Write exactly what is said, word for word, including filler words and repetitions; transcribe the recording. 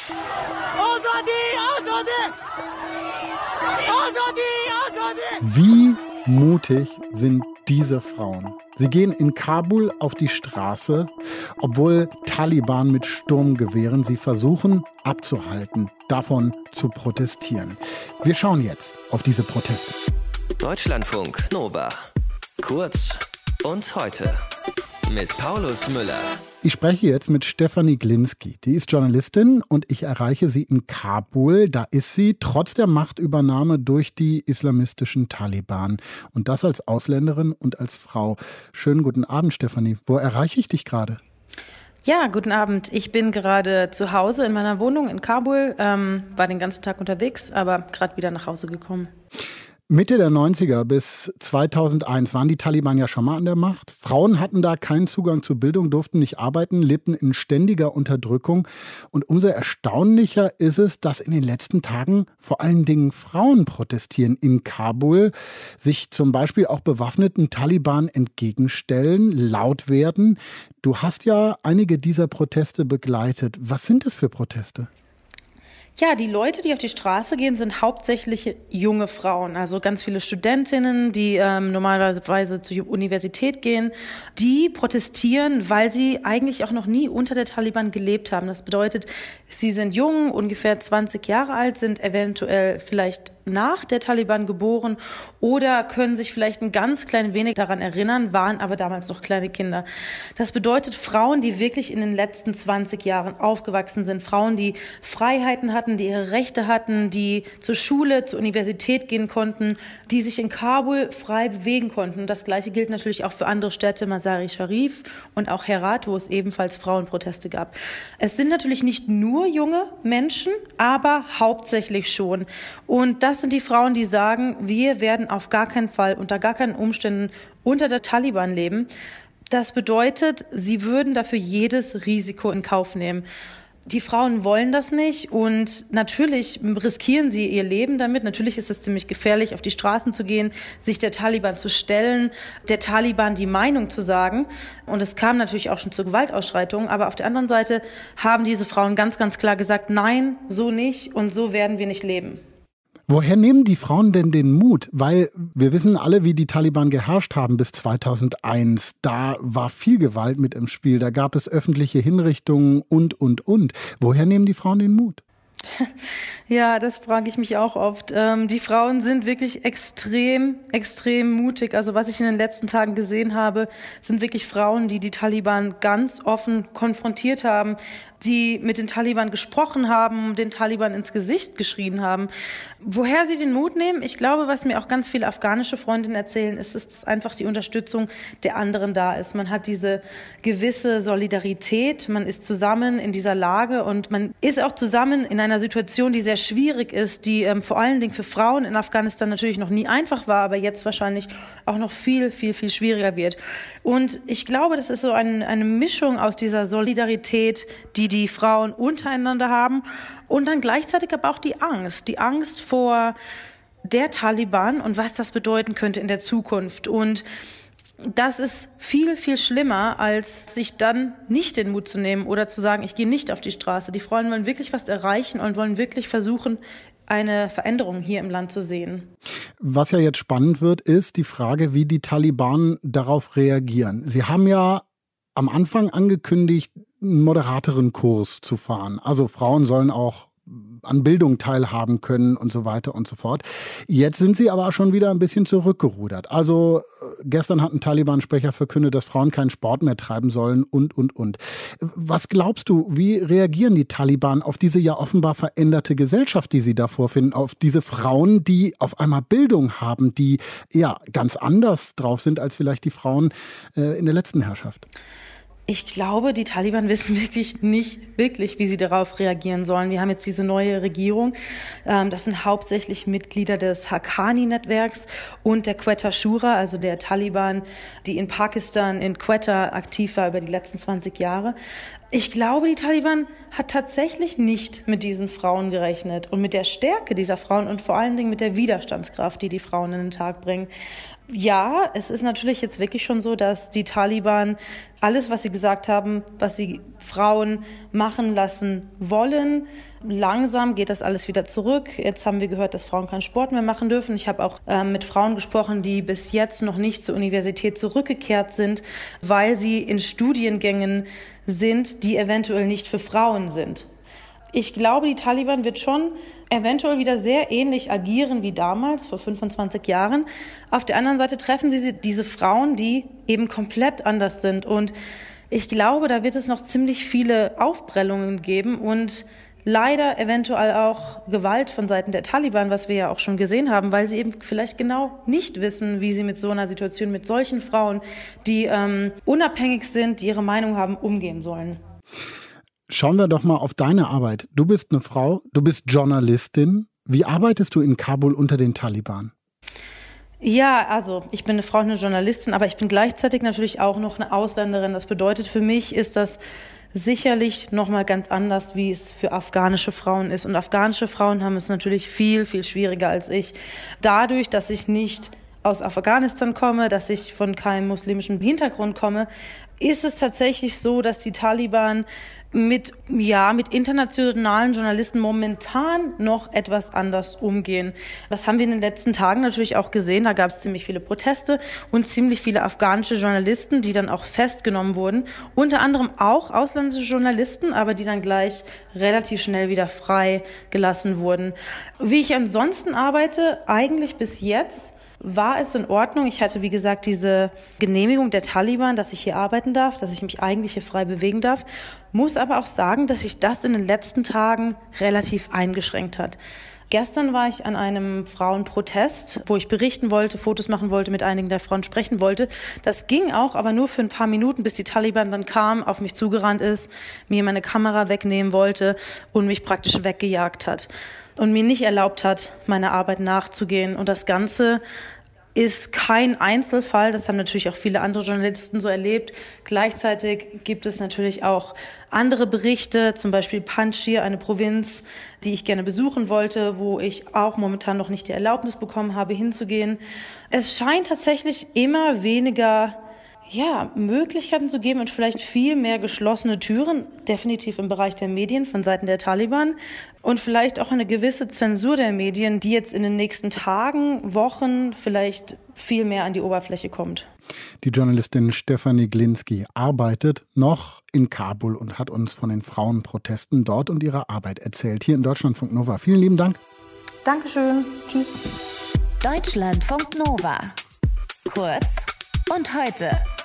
Wie mutig sind diese Frauen? Sie gehen in Kabul auf die Straße, obwohl Taliban mit Sturmgewehren sie versuchen abzuhalten, davon zu protestieren. Wir schauen jetzt auf diese Proteste. Deutschlandfunk Nova. Kurz und heute mit Paulus Müller. Ich spreche jetzt mit Stefanie Glinski. Die ist Journalistin und ich erreiche sie in Kabul. Da ist sie trotz der Machtübernahme durch die islamistischen Taliban. Und das als Ausländerin und als Frau. Schönen guten Abend, Stefanie. Wo erreiche ich dich gerade? Ja, guten Abend. Ich bin gerade zu Hause in meiner Wohnung in Kabul. Ähm, war den ganzen Tag unterwegs, aber gerade wieder nach Hause gekommen. Mitte der neunziger bis zweitausendeins waren die Taliban ja schon mal an der Macht. Frauen hatten da keinen Zugang zu Bildung, durften nicht arbeiten, lebten in ständiger Unterdrückung. Und umso erstaunlicher ist es, dass in den letzten Tagen vor allen Dingen Frauen protestieren in Kabul, sich zum Beispiel auch bewaffneten Taliban entgegenstellen, laut werden. Du hast ja einige dieser Proteste begleitet. Was sind das für Proteste? Ja, die Leute, die auf die Straße gehen, sind hauptsächlich junge Frauen. Also ganz viele Studentinnen, die ähm, normalerweise zur Universität gehen, die protestieren, weil sie eigentlich auch noch nie unter der Taliban gelebt haben. Das bedeutet, sie sind jung, ungefähr zwanzig Jahre alt, sind eventuell vielleicht nach der Taliban geboren oder können sich vielleicht ein ganz klein wenig daran erinnern, waren aber damals noch kleine Kinder. Das bedeutet, Frauen, die wirklich in den letzten zwanzig Jahren aufgewachsen sind, Frauen, die Freiheiten hatten, die ihre Rechte hatten, die zur Schule, zur Universität gehen konnten, die sich in Kabul frei bewegen konnten. Das Gleiche gilt natürlich auch für andere Städte, Mazar-i Sharif und auch Herat, wo es ebenfalls Frauenproteste gab. Es sind natürlich nicht nur junge Menschen, aber hauptsächlich schon. Und das Das sind die Frauen, die sagen, wir werden auf gar keinen Fall, unter gar keinen Umständen unter der Taliban leben. Das bedeutet, sie würden dafür jedes Risiko in Kauf nehmen. Die Frauen wollen das nicht und natürlich riskieren sie ihr Leben damit. Natürlich ist es ziemlich gefährlich, auf die Straßen zu gehen, sich der Taliban zu stellen, der Taliban die Meinung zu sagen. Und es kam natürlich auch schon zu Gewaltausschreitungen. Aber auf der anderen Seite haben diese Frauen ganz, ganz klar gesagt, nein, so nicht und so werden wir nicht leben. Woher nehmen die Frauen denn den Mut? Weil wir wissen alle, wie die Taliban geherrscht haben bis zweitausendeins. Da war viel Gewalt mit im Spiel. Da gab es öffentliche Hinrichtungen und, und, und. Woher nehmen die Frauen den Mut? Ja, das frage ich mich auch oft. Ähm, die Frauen sind wirklich extrem, extrem mutig. Also was ich in den letzten Tagen gesehen habe, sind wirklich Frauen, die die Taliban ganz offen konfrontiert haben, die mit den Taliban gesprochen haben, den Taliban ins Gesicht geschrien haben. Woher sie den Mut nehmen? Ich glaube, was mir auch ganz viele afghanische Freundinnen erzählen, ist, dass einfach die Unterstützung der anderen da ist. Man hat diese gewisse Solidarität, man ist zusammen in dieser Lage und man ist auch zusammen in einer Situation, die sehr schwierig ist, die ähm, vor allen Dingen für Frauen in Afghanistan natürlich noch nie einfach war, aber jetzt wahrscheinlich auch noch viel, viel, viel schwieriger wird. Und ich glaube, das ist so ein, eine Mischung aus dieser Solidarität, die die Frauen untereinander haben und dann gleichzeitig aber auch die Angst, die Angst vor der Taliban und was das bedeuten könnte in der Zukunft. Und das ist viel, viel schlimmer, als sich dann nicht den Mut zu nehmen oder zu sagen, ich gehe nicht auf die Straße. Die Frauen wollen wirklich was erreichen und wollen wirklich versuchen, eine Veränderung hier im Land zu sehen. Was ja jetzt spannend wird, ist die Frage, wie die Taliban darauf reagieren. Sie haben ja am Anfang angekündigt, einen moderateren Kurs zu fahren. Also Frauen sollen auch an Bildung teilhaben können und so weiter und so fort. Jetzt sind sie aber schon wieder ein bisschen zurückgerudert. Also gestern hat ein Taliban-Sprecher verkündet, dass Frauen keinen Sport mehr treiben sollen und, und, und. Was glaubst du, wie reagieren die Taliban auf diese ja offenbar veränderte Gesellschaft, die sie da vorfinden, auf diese Frauen, die auf einmal Bildung haben, die ja ganz anders drauf sind als vielleicht die Frauen äh, in der letzten Herrschaft? Ich glaube, die Taliban wissen wirklich nicht wirklich, wie sie darauf reagieren sollen. Wir haben jetzt diese neue Regierung. Das sind hauptsächlich Mitglieder des Haqqani-Netzwerks und der Quetta Shura, also der Taliban, die in Pakistan, in Quetta aktiv war über die letzten zwanzig Jahre. Ich glaube, die Taliban hat tatsächlich nicht mit diesen Frauen gerechnet und mit der Stärke dieser Frauen und vor allen Dingen mit der Widerstandskraft, die die Frauen in den Tag bringen. Ja, es ist natürlich jetzt wirklich schon so, dass die Taliban alles, was sie gesagt haben, was sie Frauen machen lassen wollen, langsam geht das alles wieder zurück. Jetzt haben wir gehört, dass Frauen keinen Sport mehr machen dürfen. Ich habe auch äh, mit Frauen gesprochen, die bis jetzt noch nicht zur Universität zurückgekehrt sind, weil sie in Studiengängen sind, die eventuell nicht für Frauen sind. Ich glaube, die Taliban wird schon eventuell wieder sehr ähnlich agieren wie damals, vor fünfundzwanzig Jahren. Auf der anderen Seite treffen sie diese Frauen, die eben komplett anders sind. Und ich glaube, da wird es noch ziemlich viele Aufprellungen geben und leider eventuell auch Gewalt von Seiten der Taliban, was wir ja auch schon gesehen haben, weil sie eben vielleicht genau nicht wissen, wie sie mit so einer Situation, mit solchen Frauen, die ähm, unabhängig sind, die ihre Meinung haben, umgehen sollen. Schauen wir doch mal auf deine Arbeit. Du bist eine Frau, du bist Journalistin. Wie arbeitest du in Kabul unter den Taliban? Ja, also ich bin eine Frau und eine Journalistin, aber ich bin gleichzeitig natürlich auch noch eine Ausländerin. Das bedeutet, für mich ist das sicherlich noch mal ganz anders, wie es für afghanische Frauen ist. Und afghanische Frauen haben es natürlich viel, viel schwieriger als ich. Dadurch, dass ich nicht aus Afghanistan komme, dass ich von keinem muslimischen Hintergrund komme, ist es tatsächlich so, dass die Taliban mit, ja, mit internationalen Journalisten momentan noch etwas anders umgehen. Das haben wir in den letzten Tagen natürlich auch gesehen. Da gab es ziemlich viele Proteste und ziemlich viele afghanische Journalisten, die dann auch festgenommen wurden. Unter anderem auch ausländische Journalisten, aber die dann gleich relativ schnell wieder frei gelassen wurden. Wie ich ansonsten arbeite, eigentlich bis jetzt, war es in Ordnung. Ich hatte, wie gesagt, diese Genehmigung der Taliban, dass ich hier arbeiten darf, dass ich mich eigentlich hier frei bewegen darf. Muss aber auch sagen, dass sich das in den letzten Tagen relativ eingeschränkt hat. Gestern war ich an einem Frauenprotest, wo ich berichten wollte, Fotos machen wollte, mit einigen der Frauen sprechen wollte. Das ging auch, aber nur für ein paar Minuten, bis die Taliban dann kam, auf mich zugerannt ist, mir meine Kamera wegnehmen wollte und mich praktisch weggejagt hat und mir nicht erlaubt hat, meiner Arbeit nachzugehen. Und das Ganze ist kein Einzelfall. Das haben natürlich auch viele andere Journalisten so erlebt. Gleichzeitig gibt es natürlich auch andere Berichte, zum Beispiel Panjshir, eine Provinz, die ich gerne besuchen wollte, wo ich auch momentan noch nicht die Erlaubnis bekommen habe, hinzugehen. Es scheint tatsächlich immer weniger ja, Möglichkeiten zu geben und vielleicht viel mehr geschlossene Türen, definitiv im Bereich der Medien von Seiten der Taliban und vielleicht auch eine gewisse Zensur der Medien, die jetzt in den nächsten Tagen, Wochen vielleicht viel mehr an die Oberfläche kommt. Die Journalistin Stefanie Glinski arbeitet noch in Kabul und hat uns von den Frauenprotesten dort und ihrer Arbeit erzählt. Hier in Deutschlandfunk Nova. Vielen lieben Dank. Dankeschön. Tschüss. Deutschlandfunk Nova. Kurz und heute.